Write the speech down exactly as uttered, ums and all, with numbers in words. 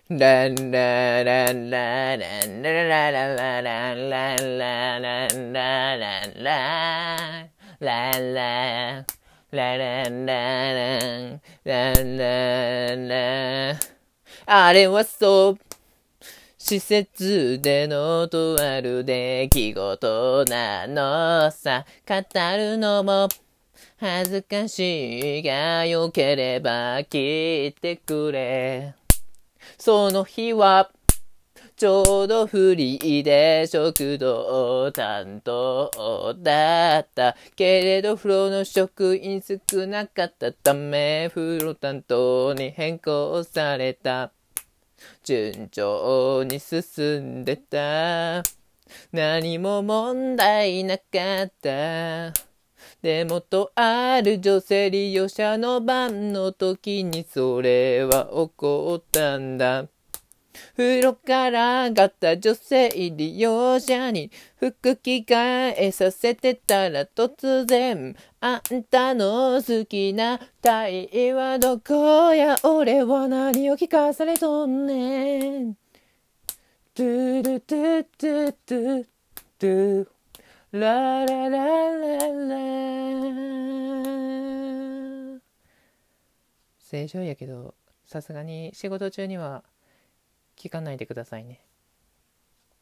ランラランラランララララランランラランラランラランララランラランランランランあれはそう施設でのとある出来事なのさ語るのも恥ずかしいがよければ聞いてくれその日はちょうどフリーで食堂担当だったけれど風呂の職員少なかったため風呂担当に変更された順調に進んでた何も問題なかったでもとある女性利用者の番の時にそれは起こったんだ風呂から上がった女性利用者に服着替えさせてたら突然あんたの好きなタイはどこや俺は何を聞かされとんねんトゥルトゥトゥトゥトゥラララララ正常やけどさすがに仕事中には聞かないでくださいね。